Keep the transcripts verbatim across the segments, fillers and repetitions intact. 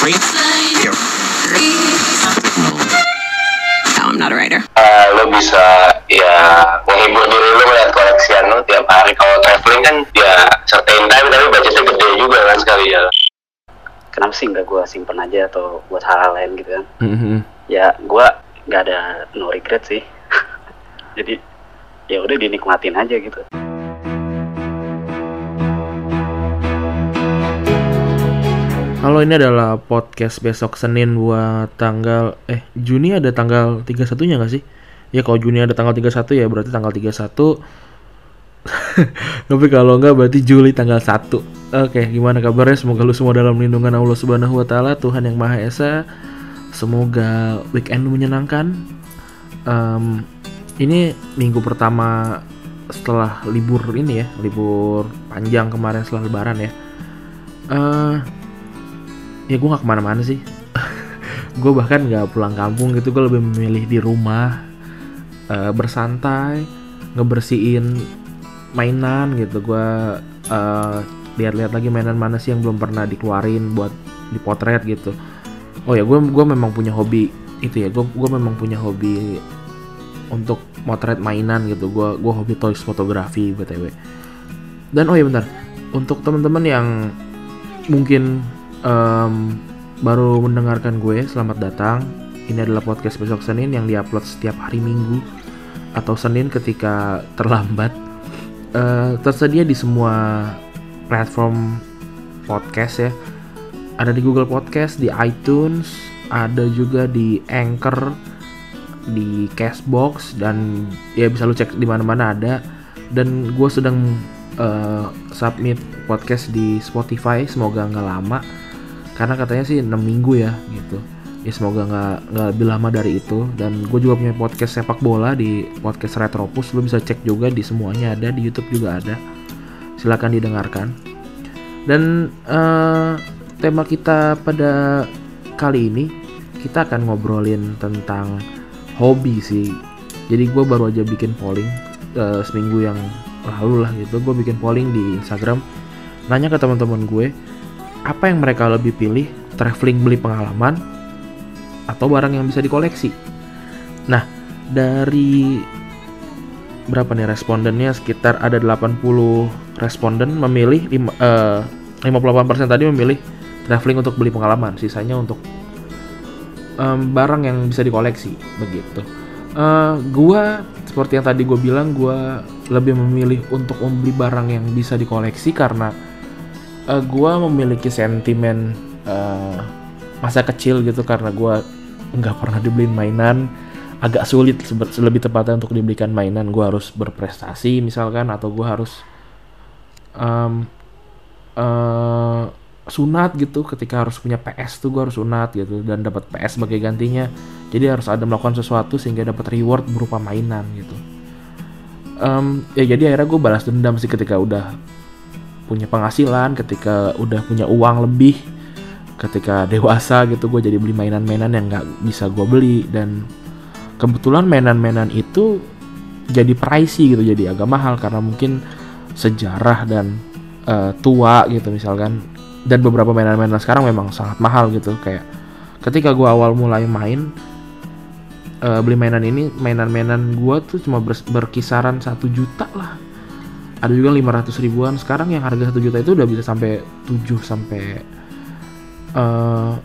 I'm not a writer. Uh, lo bisa ya menghibur diri lo melihat koleksian lo tiap hari. Kalau traveling kan ya certain time tapi budgetnya gede juga kan sekali ya. Kenapa sih nggak gue simpen aja atau buat hal-hal lain gitu kan? Mm-hmm. Ya gue nggak ada no regret sih. Jadi ya udah dinikmatin aja gitu. Halo, ini adalah podcast besok Senin buat tanggal eh Juni ada tanggal tiga puluh satu-nya enggak sih? Ya kalau Juni ada tanggal tiga puluh satu ya berarti tanggal tiga puluh satu. Tapi kalau enggak berarti Juli tanggal satu. Oke, gimana kabarnya? Semoga lu semua dalam lindungan Allah Subhanahu wa taala, Tuhan yang Maha Esa. Semoga weekend lu menyenangkan. Um, ini minggu pertama setelah libur ini ya, libur panjang kemarin setelah lebaran ya. Eh uh, Ya gue gak kemana-mana sih. Gue bahkan gak pulang kampung gitu. Gue lebih memilih di rumah, uh, bersantai, ngebersihin mainan gitu. Gue uh, lihat-lihat lagi mainan mana sih yang belum pernah dikeluarin buat dipotret gitu. Oh ya, gue gue memang punya hobi itu ya. Gue gue memang punya hobi untuk motret mainan gitu. Gue gue hobi toys fotografi btw. Dan oh ya bentar, untuk teman-teman yang mungkin Um, baru mendengarkan gue, selamat datang. Ini adalah podcast besok Senin yang diupload setiap hari Minggu atau Senin ketika terlambat. uh, Tersedia di semua platform podcast ya. Ada di Google Podcast, di iTunes, ada juga di Anchor, di Castbox, dan ya bisa lu cek di mana-mana ada. Dan gue sedang uh, submit podcast di Spotify, semoga nggak lama. Karena katanya sih enam minggu ya gitu. Ya semoga gak, gak lebih lama dari itu. Dan gue juga punya podcast sepak bola di podcast Retropus. Lu bisa cek juga di semuanya ada. Di YouTube juga ada. Silakan didengarkan. Dan uh, tema kita pada kali ini, kita akan ngobrolin tentang hobi sih. Jadi gue baru aja bikin polling uh, seminggu yang lalu lah gitu. Gue bikin polling di Instagram, nanya ke teman-teman gue, apa yang mereka lebih pilih, traveling beli pengalaman atau barang yang bisa dikoleksi. Nah, dari berapa nih respondennya, sekitar ada delapan puluh responden memilih lima, uh, lima puluh delapan persen tadi memilih traveling untuk beli pengalaman, sisanya untuk um, barang yang bisa dikoleksi begitu. Uh, gua seperti yang tadi gue bilang, gua lebih memilih untuk membeli barang yang bisa dikoleksi karena Uh, gue memiliki sentimen uh, masa kecil gitu, karena gue nggak pernah dibeliin mainan. Agak sulit sebe- lebih tepatnya untuk dibelikan mainan. Gue harus berprestasi misalkan, atau gue harus um, uh, sunat gitu. Ketika harus punya P S tuh gue harus sunat gitu, dan dapat P S sebagai gantinya. Jadi harus ada melakukan sesuatu sehingga dapat reward berupa mainan gitu. Um, ya jadi akhirnya gue balas dendam sih ketika udah punya penghasilan, ketika udah punya uang lebih, ketika dewasa gitu, gue jadi beli mainan-mainan yang nggak bisa gue beli. Dan kebetulan mainan-mainan itu jadi pricey gitu, jadi agak mahal karena mungkin sejarah dan uh, tua gitu misalkan. Dan beberapa mainan-mainan sekarang memang sangat mahal gitu. Kayak ketika gue awal mulai main uh, beli mainan ini, mainan-mainan gue tuh cuma ber- berkisaran satu juta lah. Ada juga lima ratus ribuan. Sekarang yang harga satu juta itu udah bisa sampai tujuh sampai uh,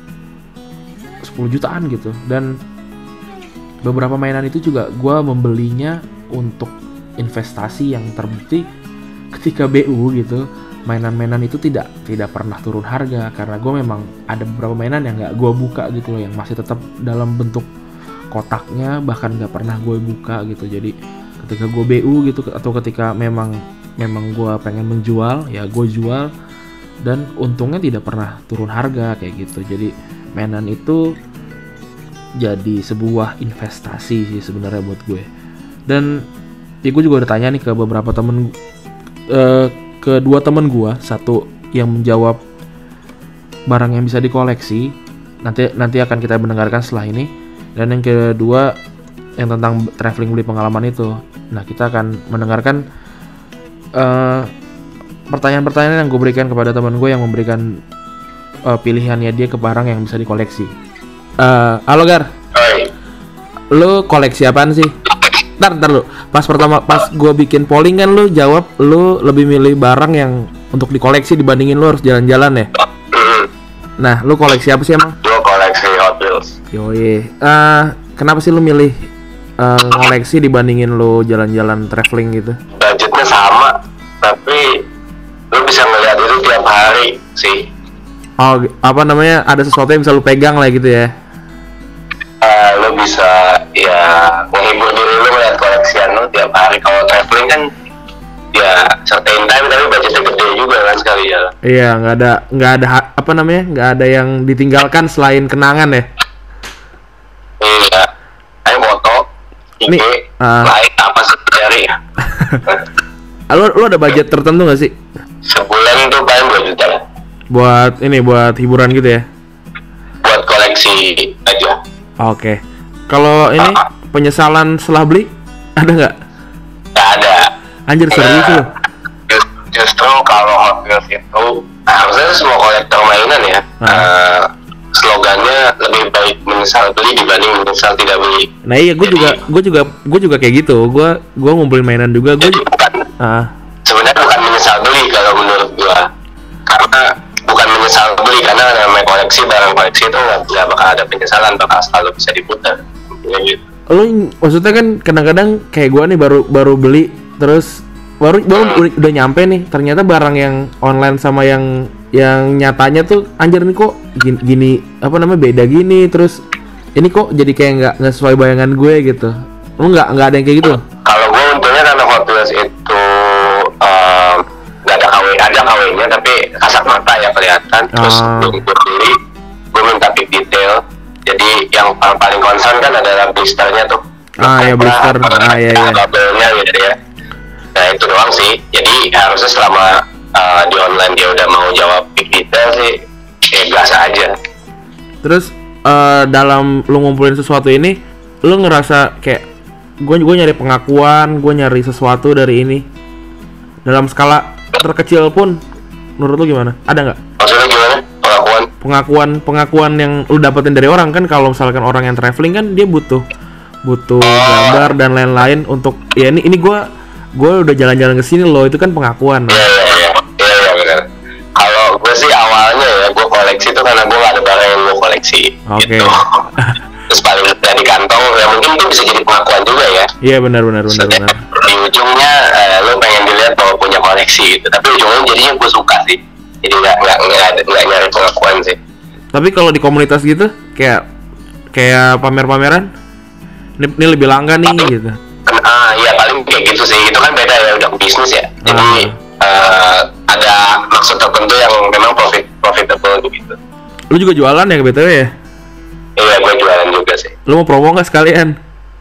sepuluh jutaan gitu. Dan beberapa mainan itu juga gue membelinya untuk investasi yang terbukti ketika B U gitu. Mainan-mainan itu tidak tidak pernah turun harga karena gue memang ada beberapa mainan yang gak gue buka gitu loh, yang masih tetap dalam bentuk kotaknya, bahkan gak pernah gue buka gitu. Jadi ketika gue B U gitu, atau ketika memang memang gue pengen menjual, ya gue jual, dan untungnya tidak pernah turun harga kayak gitu. Jadi mainan itu jadi sebuah investasi sih sebenarnya buat gue. Dan ya gue juga udah tanya nih ke beberapa temen, uh, ke dua temen gue, satu yang menjawab barang yang bisa dikoleksi, nanti nanti akan kita mendengarkan setelah ini, dan yang kedua yang tentang traveling beli pengalaman itu. Nah, kita akan mendengarkan uh, pertanyaan-pertanyaan yang gue berikan kepada teman gue yang memberikan uh, pilihannya dia ke barang yang bisa dikoleksi. Uh, halo Gar, Oi. lu koleksi apaan sih? Ntar, ntar lu, pas pertama pas gue bikin polling kan lu jawab lu lebih milih barang yang untuk dikoleksi dibandingin lu harus jalan-jalan ya. Hmm. Nah, lu koleksi apa sih emang? Gue koleksi Hot Wheels. Yoi, uh, kenapa sih lu milih uh, koleksi dibandingin lu jalan-jalan traveling gitu? Budgetnya sama, tapi lu bisa ngeliat itu tiap hari sih. Oh, apa namanya? Ada sesuatu yang bisa lu pegang lah gitu ya? Uh, lu bisa ya menghibur diri lu melihat koleksian lu tiap hari. Kalau traveling kan ya certain time tapi budgetnya gede juga kan sekali ya. Iya, nggak ada nggak ada ha- apa namanya? Nggak ada yang ditinggalkan selain kenangan ya? Iya. Ayo moto, I G, Nih, uh, lain apa sih cari? lu lu ada budget tertentu nggak sih? Sebulan tuh paling dua juta lah. Buat ini buat hiburan gitu ya? Buat koleksi aja. Oke. Kalau ini Ah. penyesalan setelah beli ada nggak? Gak ada. Anjir serius lu? Just- Justru kalau Hot Wheels itu harusnya semua kolektor mainan ya. Ah. Uh, slogannya lebih baik menyesal beli dibanding menyesal tidak beli. Nah iya, gue juga gue juga gue juga kayak gitu. Gue gue ngumpulin mainan juga. Gue Jadi bukan ah sebenarnya bukan menyesal beli kalau menurut gua, karena bukan menyesal beli karena namanya koleksi, barang koleksi itu nggak nggak bakal ada penyesalan, bakal selalu bisa diputar. Ya gitu. lu maksudnya kan kadang-kadang kayak gue nih baru baru beli terus baru baru udah, udah nyampe nih ternyata barang yang online sama yang yang nyatanya tuh anjir nih kok gini, gini apa namanya beda gini, terus ini kok jadi kayak nggak nggak sesuai bayangan gue gitu. Lu nggak nggak ada yang kayak gitu? Kalau gua untungnya karena Hot Wheels itu um, nggak ada K W, ada K W-nya tapi kasat mata ya kelihatan. Terus Ah. gua gua beli, gua minta pick detail. Jadi yang paling paling concern kan adalah blisternya tuh. Ah, ya, blister. Ah, iya, iya. Labelnya gitu ya. Nah itu doang sih. Jadi harusnya selama uh, di online dia udah mau jawab pick detail sih, ya biasa aja. Terus eh, dalam lu ngumpulin sesuatu ini, lu ngerasa kayak gue gue nyari pengakuan, gue nyari sesuatu dari ini dalam skala terkecil pun, menurut lu gimana? Ada nggak Maksudnya gimana? Pengakuan? pengakuan pengakuan yang lu dapetin dari orang? Kan kalau misalkan orang yang traveling kan dia butuh butuh gambar dan lain-lain untuk ya ini ini gue gue udah jalan-jalan ke sini loh, itu kan pengakuan. Iya iya iya, iya iya benar. Kalau gue sih awalnya ya gue koleksi tuh karena gue gak ada barang yang gue koleksi. Oke. Gitu. Terus paling dekat di kantong, ya mungkin itu bisa jadi pengakuan juga ya. Iya benar benar benar Maksudnya, benar. di ujungnya eh, lo pengen dilihat bahwa punya koleksi gitu, tapi ujungnya jadinya gue suka sih. Jadi nggak nggak nggak ada- nggak nyari pengakuan sih. Tapi kalau di komunitas gitu kayak kayak pamer-pameran, ini, ini lebih langka nih gitu. Kan, ah iya paling kayak gitu sih. Itu kan beda ya, udah bisnis ya. Jadi eh, ada maksud tertentu yang memang profit profitable gitu. Lu juga jualan ya B T W ya? Iya gue jualan juga sih. Lu mau promo nggak sekalian?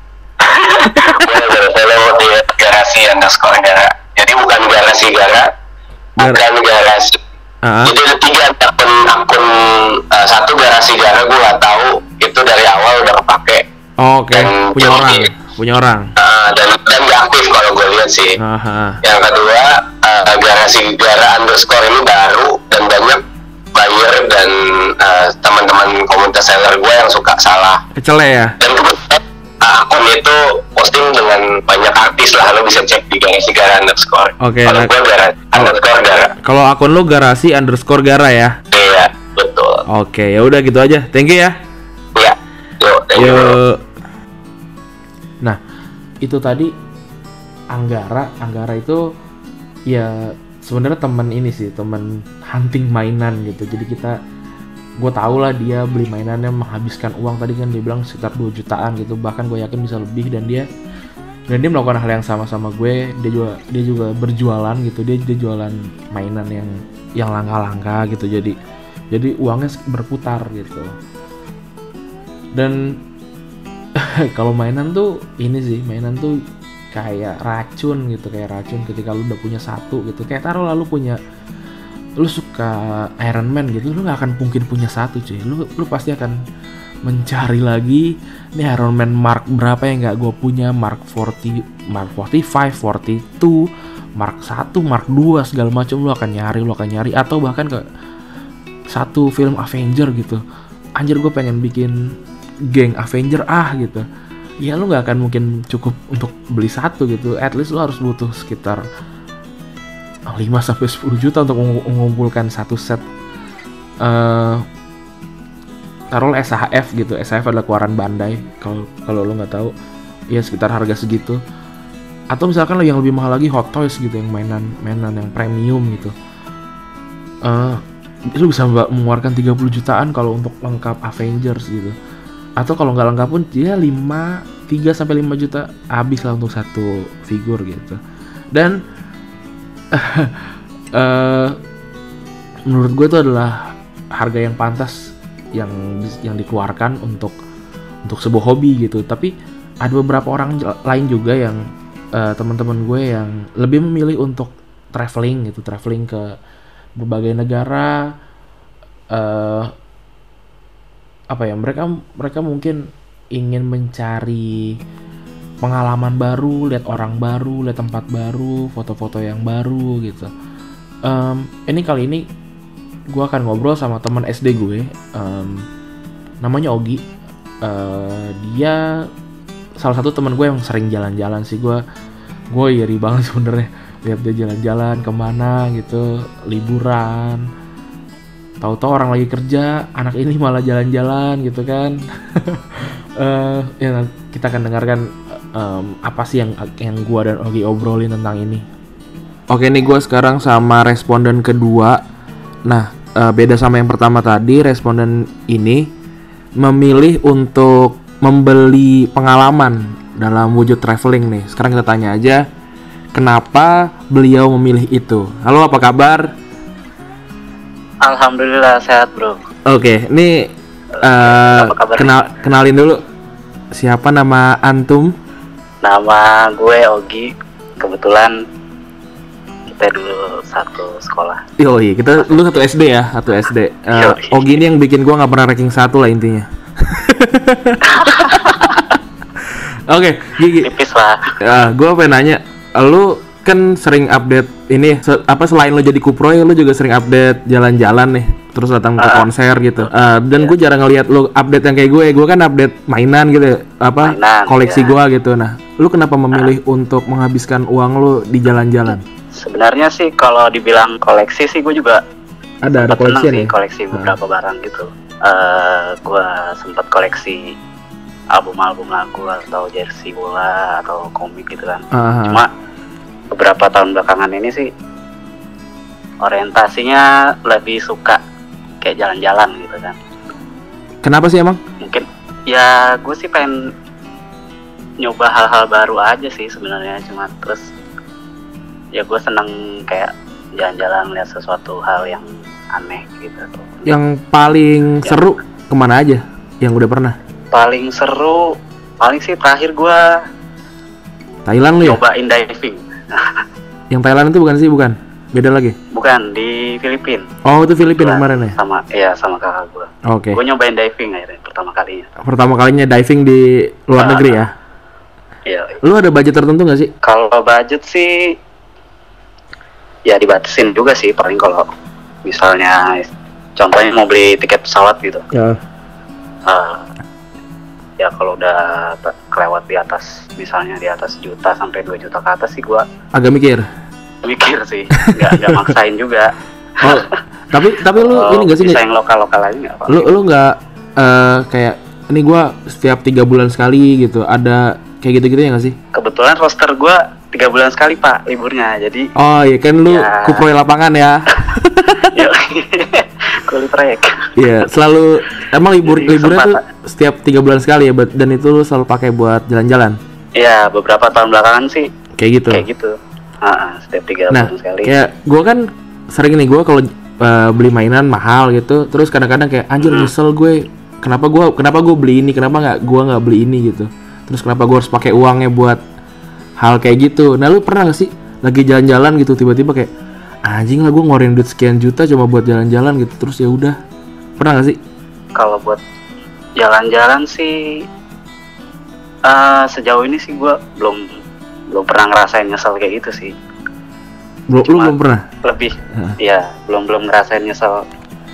Gue follow di garasi underscore gara. Jadi bukan garasi gara, bukan garasi. Ah, Jadi ada tiga akun akun uh, satu garasi gara gue nggak tahu itu dari awal udah kepake. oh, oke, Dan punya jadi- orang, punya orang. Uh, dan dan nggak aktif kalau gue lihat sih. Aha. Yang kedua uh, garasi gara underscore ini baru dan banyak buyer dan uh, teman-teman komunitas seller gue yang suka salah. Kecele ya? Dan kebetulan uh, akun itu posting dengan banyak artis lah, lo bisa cek di garasi gara underscore. Oke, Kalau nah- gue gara underscore gara. Kalau akun lu garasi underscore gara ya? Iya betul. Oke, ya udah gitu aja. Thank you ya. Iya. Yuk, thank you. Yuk. Nah, itu tadi Anggara, Anggara itu ya sebenarnya teman ini sih, teman hunting mainan gitu. Jadi kita, gue tau lah dia beli mainannya menghabiskan uang, tadi kan dia bilang sekitar dua jutaan gitu, bahkan gue yakin bisa lebih, dan dia dan dia melakukan hal yang sama sama gue. Dia juga dia juga berjualan gitu, dia dia jualan mainan yang yang langka-langka gitu, jadi jadi uangnya berputar gitu. Dan kalau mainan tuh ini sih, mainan tuh kayak racun gitu, kayak racun ketika lu udah punya satu gitu. Kayak taruh lalu punya, lu suka Iron Man gitu, lu nggak akan mungkin punya satu cuy. Lu lu pasti akan mencari lagi, ini Iron Man Mark berapa yang nggak gue punya, Mark empat puluh, Mark empat puluh lima, empat puluh dua, Mark satu, Mark dua, segala macam lu akan nyari, lu akan nyari atau bahkan ke satu film Avenger gitu, anjir gue pengen bikin geng Avenger ah gitu, ya lu nggak akan mungkin cukup untuk beli satu gitu, at least lu harus butuh sekitar lima sampai sepuluh juta untuk mengumpulkan satu set. Uh, taruh S H F gitu, S H F adalah keluaran Bandai kalau kalau lu nggak tahu, ya sekitar harga segitu. Atau misalkan lo yang lebih mahal lagi Hot Toys gitu, yang mainan mainan yang premium gitu. Uh, lu bisa mengeluarkan tiga puluh jutaan kalau untuk lengkap Avengers gitu. Atau kalau nggak lengkap pun dia lima, tiga sampai lima juta habis lah untuk satu figur gitu. Dan uh, menurut gue itu adalah harga yang pantas yang yang dikeluarkan untuk untuk sebuah hobi gitu. Tapi ada beberapa orang lain juga yang uh, teman-teman gue yang lebih memilih untuk traveling gitu, traveling ke berbagai negara, uh, apa ya, mereka mereka mungkin ingin mencari pengalaman baru, lihat orang baru, lihat tempat baru, foto-foto yang baru gitu. Um, ini kali ini gue akan ngobrol sama teman S D gue, um, namanya Ogi. Uh, dia salah satu teman gue yang sering jalan-jalan sih. Gue gue iri banget sebenarnya lihat dia jalan-jalan kemana gitu, liburan. Tahu-tahu orang lagi kerja, anak ini malah jalan-jalan gitu kan. uh, ya kita akan dengarkan um, apa sih yang yang gue dan Ogi obrolin tentang ini. Oke, nih gue sekarang sama responden kedua. Nah, uh, beda sama yang pertama tadi, responden ini memilih untuk membeli pengalaman dalam wujud traveling nih. Sekarang kita tanya aja, kenapa beliau memilih itu? Halo, apa kabar? Alhamdulillah sehat bro. Oke, ini uh, kenal kenalin dulu. Siapa nama antum? Nama gue Ogi. Kebetulan kita dulu satu sekolah. Yoi, kita dulu satu S D ya, satu S D. Uh, Ogi ini yang bikin gue nggak pernah ranking satu lah intinya. Oke, Gigi. Tipis lah. Uh, gue pengen nanya, lu kan sering update ini, se- apa selain lo jadi kuproy, lo juga sering update jalan-jalan nih, terus datang ke uh, konser gitu. Uh, dan yeah. gue jarang ngeliat lo update yang kayak gue. Gue kan update mainan gitu, apa mainan, koleksi yeah. gue gitu. Nah, lo kenapa memilih uh. untuk menghabiskan uang lo di jalan-jalan? Sebenarnya sih kalau dibilang koleksi sih gue juga ada ada koleksi sih, koleksi beberapa uh. barang gitu. Uh, gue sempat koleksi album-album lagu atau jersey bola atau komik gitu kan. Uh-huh. Cuma beberapa tahun belakangan ini sih orientasinya lebih suka kayak jalan-jalan gitu kan. Kenapa sih emang? Mungkin ya gue sih pengen nyoba hal-hal baru aja sih sebenarnya. Cuma terus ya gue seneng kayak jalan-jalan lihat sesuatu hal yang aneh gitu. Yang paling ya. seru kemana aja yang udah pernah? Paling seru paling sih terakhir gue Thailand lu ya? Cobain diving. Yang Thailand itu bukan sih, bukan? Beda lagi? Bukan, di Filipina. Oh, itu Filipina kemarin ya? Sama, iya sama kakak gue. Oke. Okay. Gue nyobain diving akhirnya pertama kalinya. Pertama kalinya diving di luar uh, negeri ya? Iya. Lu ada budget tertentu nggak sih? Kalau budget sih, ya dibatasin juga sih. Paling kalau misalnya, contohnya mau beli tiket pesawat gitu. Ya. Uh, ya kalau udah kelewat di atas, misalnya di atas juta sampai dua juta ke atas sih gua agak mikir mikir sih, nggak nggak maksain juga. Oh, tapi tapi lu oh, ini nggak sih, bisa yang lokal lokal aja nggak apa lu lu nggak uh, kayak ini gua setiap tiga bulan sekali gitu ada kayak gitu gitu ya nggak sih? Kebetulan roster gua tiga bulan sekali pak liburnya, jadi oh iya kan lu ya. Kuproy lapangan ya. Kulit proyek. Iya, selalu emang libur liburnya tuh setiap tiga bulan sekali ya, dan itu lu selalu pakai buat jalan-jalan. Iya, beberapa tahun belakangan sih kayak gitu. Kayak gitu. Heeh, setiap tiga nah, bulan sekali. Kayak gua kan sering nih gua kalau uh, beli mainan mahal gitu, terus kadang-kadang kayak anjir hmm. nyesel gue, kenapa gua kenapa gua beli ini, kenapa nggak gua nggak beli ini gitu. Terus kenapa gua harus pakai uangnya buat hal kayak gitu. Nah, lu pernah gak sih lagi jalan-jalan gitu tiba-tiba kayak anjing lah gue ngeluarin duit sekian juta cuma buat jalan-jalan gitu, terus ya udah. Pernah gak sih? Kalau buat jalan-jalan sih uh, sejauh ini sih gue belum belum pernah ngerasain nyesel kayak gitu sih. Belum, lu belum pernah? Lebih, uh. ya belum belum ngerasain nyesel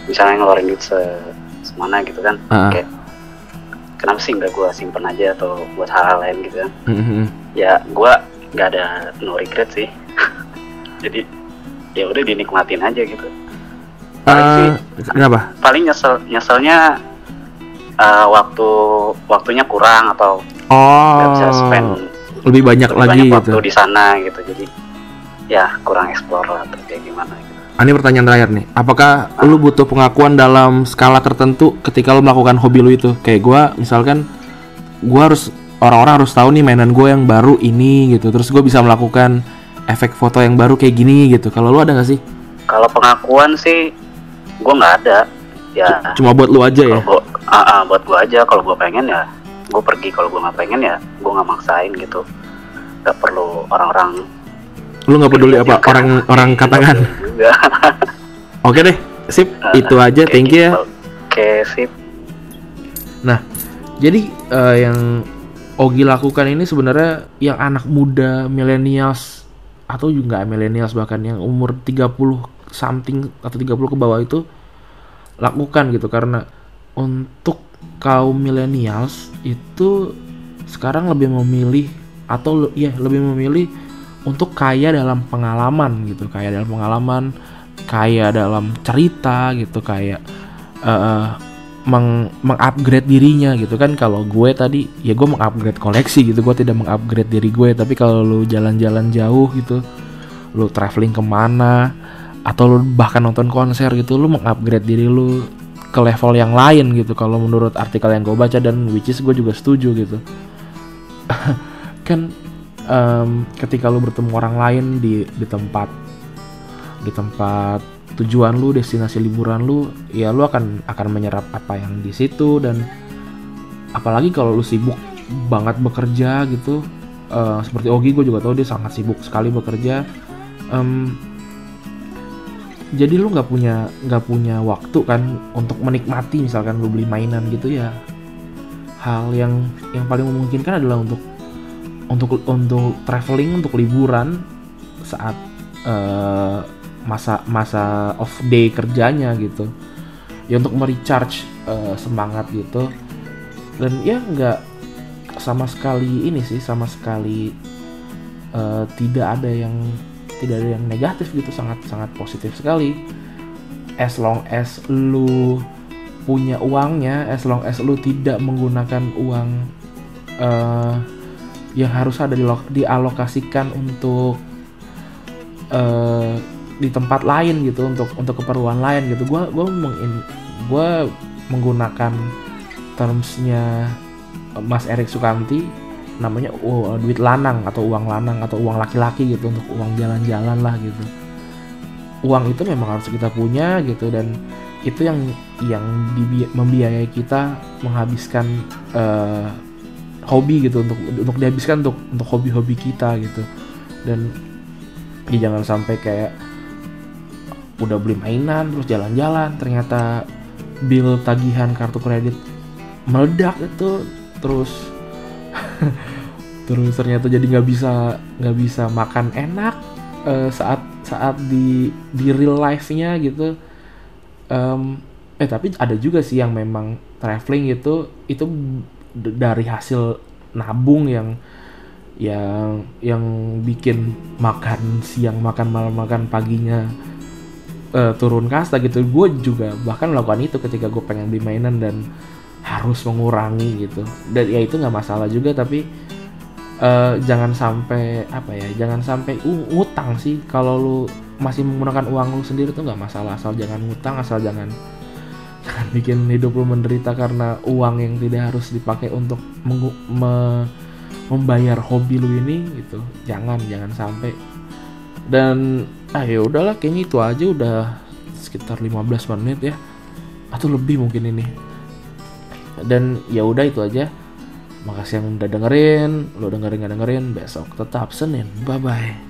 misalnya ngeluarin duit se semana gitu kan, uh. kayak kenapa sih nggak gue simpen aja atau buat hal-hal lain gitu kan. Mm-hmm. Ya gue nggak ada no regret sih. Jadi ya udah dinikmatin aja gitu. Paling uh, sih, kenapa? Paling nyesel nyeselnya uh, waktu waktunya kurang atau nggak oh, bisa spend lebih banyak lebih lagi banyak gitu. waktu di sana gitu. Jadi ya kurang explore lah atau kayak gimana gitu. Ini pertanyaan terakhir nih, apakah ah. lu butuh pengakuan dalam skala tertentu ketika lu melakukan hobi lu itu? Kayak gue, misalkan gue harus, orang-orang harus tahu nih mainan gue yang baru ini gitu, terus gue bisa melakukan efek foto yang baru kayak gini gitu. Kalau lu ada nggak sih? Kalau pengakuan sih, gue nggak ada. Ya. Cuma buat lu aja ya? Gua, uh, uh, buat gue aja. Kalau gue pengen ya, gue pergi. Kalau gue nggak pengen ya, gue nggak maksain gitu. Gak perlu orang-orang. Lu nggak peduli apa juga. orang orang katakan? Oke deh, sip. Uh, itu aja. Thank you ya. Oke, okay, sip. Nah, jadi uh, yang Ogi lakukan ini sebenarnya yang anak muda, millennials atau juga nggak millennials, bahkan yang umur tiga puluh something atau tiga puluh ke bawah itu lakukan gitu. Karena untuk kaum millennials itu sekarang lebih memilih atau ya lebih memilih untuk kaya dalam pengalaman gitu, kaya dalam pengalaman, kaya dalam cerita gitu, kayak uh, meng mengupgrade dirinya gitu kan. Kalau gue tadi ya gue mengupgrade koleksi gitu, gue tidak mengupgrade diri gue. Tapi kalau lu jalan-jalan jauh gitu, lu traveling kemana atau lu bahkan nonton konser gitu, lu mengupgrade diri lu ke level yang lain gitu. Kalau menurut artikel yang gue baca dan which is gue juga setuju gitu. Kan um, ketika lu bertemu orang lain di di tempat di tempat tujuan lu, destinasi liburan lu, ya lu akan akan menyerap apa yang di situ. Dan apalagi kalau lu sibuk banget bekerja gitu, uh, seperti Ogi, gue juga tahu dia sangat sibuk sekali bekerja. Um, jadi lu nggak punya nggak punya waktu kan untuk menikmati, misalkan lu beli mainan gitu ya. Hal yang yang paling memungkinkan adalah untuk untuk untuk traveling, untuk liburan saat uh, masa masa off day kerjanya gitu, ya untuk merecharge uh, semangat gitu. Dan ya nggak sama sekali ini sih sama sekali uh, tidak ada yang tidak ada yang negatif gitu, sangat sangat positif sekali. As long as lu punya uangnya, as long as lu tidak menggunakan uang uh, yang harus ada dialokasikan untuk uh, di tempat lain gitu, untuk untuk keperluan lain gitu. Gue gue meng, gue menggunakan termsnya Mas Erik Sukamti, namanya oh, duit lanang atau uang lanang atau uang laki-laki gitu, untuk uang jalan-jalan lah gitu. Uang itu memang harus kita punya gitu, dan itu yang yang dibi- membiayai kita menghabiskan uh, hobi gitu, untuk untuk dihabiskan untuk untuk hobi-hobi kita gitu. Dan ya jangan sampai kayak udah beli mainan terus jalan-jalan, ternyata bill tagihan kartu kredit meledak itu, terus terus ternyata jadi nggak bisa nggak bisa makan enak uh, saat saat di di real life-nya gitu. Um, eh tapi ada juga sih yang memang traveling itu itu dari hasil nabung yang yang yang bikin makan siang, makan malam, makan paginya uh, turun kasta gitu. Gue juga bahkan melakukan itu ketika gue pengen beli mainan dan harus mengurangi gitu. Dan ya itu nggak masalah juga, tapi uh, jangan sampai apa ya jangan sampai uh, utang sih. Kalau lu masih menggunakan uang lu sendiri tuh nggak masalah, asal jangan ngutang, asal jangan jangan bikin hidup lu menderita karena uang yang tidak harus dipakai untuk menggu- me- membayar hobi lu ini gitu. Jangan jangan sampai. Dan ah ya udahlah, kayaknya itu aja udah sekitar lima belas menit ya, atau lebih mungkin ini. Dan ya udah itu aja. Makasih yang udah dengerin, lu dengerin nggak dengerin, besok tetap Senin. Bye bye.